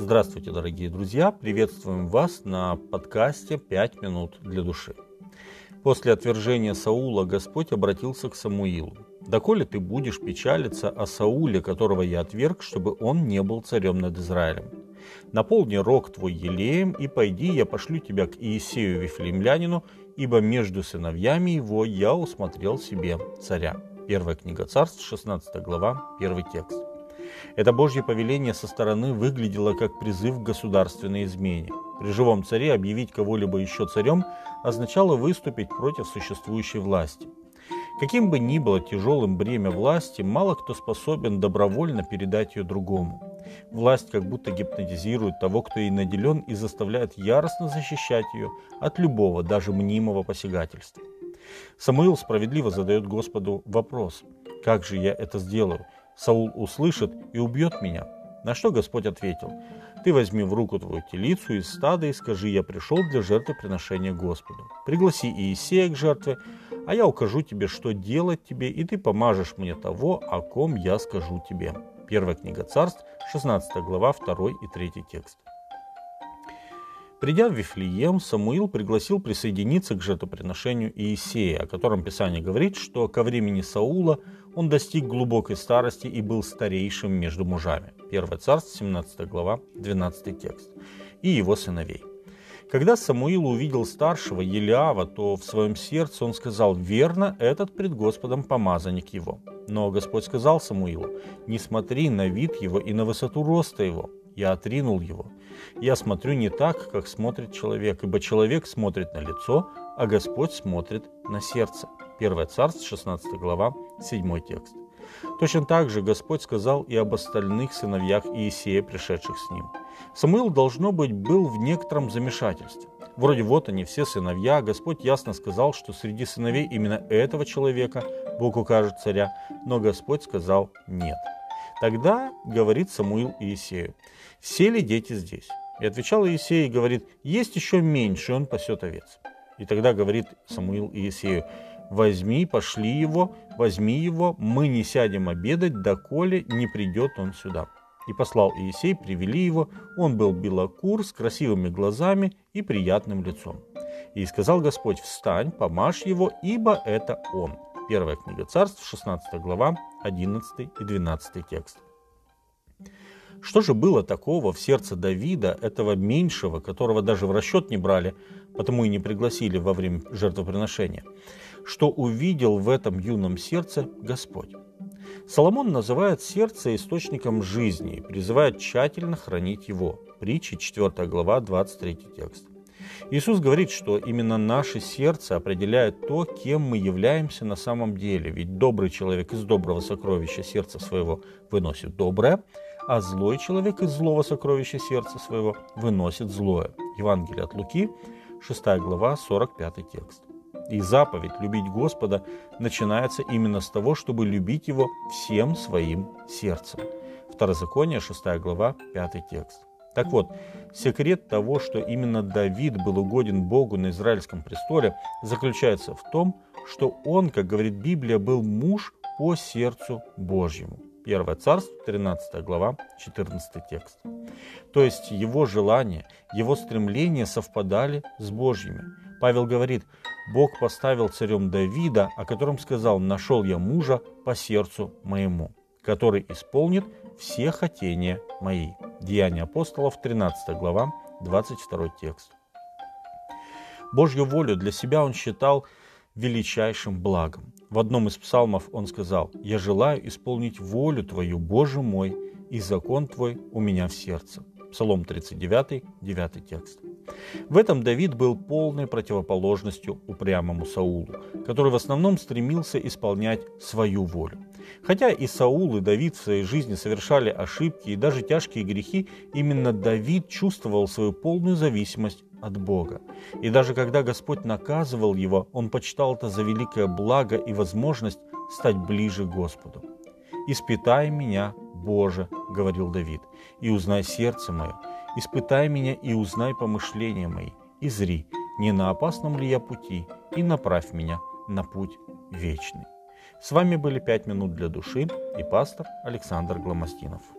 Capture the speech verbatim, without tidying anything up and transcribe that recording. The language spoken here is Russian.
Здравствуйте, дорогие друзья! Приветствуем вас на подкасте «пять минут для души». После отвержения Саула Господь обратился к Самуилу. «Доколе ты будешь печалиться о Сауле, которого я отверг, чтобы он не был царем над Израилем? Наполни рог твой елеем, и пойди, я пошлю тебя к Иессею Вифлеемлянину, ибо между сыновьями его я усмотрел себе царя». Первая книга Царств, шестнадцатая глава, первый текст. Это Божье повеление со стороны выглядело как призыв к государственной измене. При живом царе объявить кого-либо еще царем означало выступить против существующей власти. Каким бы ни было тяжелым бремя власти, мало кто способен добровольно передать ее другому. Власть как будто гипнотизирует того, кто ей наделен, и заставляет яростно защищать ее от любого, даже мнимого посягательства. Самуил справедливо задает Господу вопрос: «Как же я это сделаю? Саул услышит и убьет меня». На что Господь ответил: «Ты возьми в руку твою телицу из стада и скажи: я пришел для жертвоприношения Господу. Пригласи Иессея к жертве, а я укажу тебе, что делать тебе, и ты помажешь мне того, о ком я скажу тебе». Первая книга Царств, шестнадцатая глава, второй и третий текст. Придя в Вифлеем, Самуил пригласил присоединиться к жертвоприношению Иессея, о котором Писание говорит, что ко времени Саула он достиг глубокой старости и был старейшим между мужами. Первое Царство, семнадцатая глава, двенадцатый текст. И его сыновей. Когда Самуил увидел старшего Елиава, то в своем сердце он сказал: «Верно, этот пред Господом помазанник его». Но Господь сказал Самуилу: «Не смотри на вид его и на высоту роста его. Я отринул его. Я смотрю не так, как смотрит человек, ибо человек смотрит на лицо, а Господь смотрит на сердце». Первое Царство, шестнадцатая глава, седьмой текст. Точно так же Господь сказал и об остальных сыновьях Иессея, пришедших с ним. Самуил, должно быть, был в некотором замешательстве. Вроде вот они все сыновья, Господь ясно сказал, что среди сыновей именно этого человека Бог укажет царя, но Господь сказал нет. Тогда говорит Самуил Иессею: «Все ли дети здесь?» И отвечал Иессей и говорит: «Есть еще меньше, он пасет овец». И тогда говорит Самуил Иессею: «Возьми, пошли его, возьми его, мы не сядем обедать, доколе не придет он сюда». И послал Иессей, привели его, он был белокур, с красивыми глазами и приятным лицом. И сказал Господь: «Встань, помажь его, ибо это он». Первая книга Царств, шестнадцатая глава, одиннадцатый и двенадцатый текст. Что же было такого в сердце Давида, этого меньшего, которого даже в расчет не брали, потому и не пригласили во время жертвоприношения, что увидел в этом юном сердце Господь? Соломон называет сердце источником жизни и призывает тщательно хранить его. Притчи, четвёртая глава, двадцать третий текст. Иисус говорит, что именно наше сердце определяет то, кем мы являемся на самом деле, ведь добрый человек из доброго сокровища сердца своего выносит доброе, а злой человек из злого сокровища сердца своего выносит злое. Евангелие от Луки, шестая глава, сорок пятый текст. И заповедь любить Господа начинается именно с того, чтобы любить Его всем своим сердцем. Второзаконие, шестая глава, пятый текст. Так вот, секрет того, что именно Давид был угоден Богу на израильском престоле, заключается в том, что он, как говорит Библия, был муж по сердцу Божьему. Первое Царство, тринадцатая глава, четырнадцатый текст. То есть его желания, его стремления совпадали с Божьими. Павел говорит: «Бог поставил царем Давида, о котором сказал: нашел я мужа по сердцу моему, который исполнит все хотения мои». Деяния апостолов, тринадцатая глава, двадцать второй текст. Божью волю для себя он считал величайшим благом. В одном из псалмов он сказал: «Я желаю исполнить волю Твою, Боже мой, и закон Твой у меня в сердце». Псалом тридцать девятый, девятый текст. В этом Давид был полной противоположностью упрямому Саулу, который в основном стремился исполнять свою волю. Хотя и Саул, и Давид в своей жизни совершали ошибки и даже тяжкие грехи, именно Давид чувствовал свою полную зависимость от Бога. И даже когда Господь наказывал его, он почитал это за великое благо и возможность стать ближе к Господу. «Испытай меня, Боже, — говорил Давид, — и узнай сердце мое, испытай меня и узнай помышления мои, и зри, не на опасном ли я пути, и направь меня на путь вечный». С вами были «пять минут для души» и пастор Александр Гломостинов.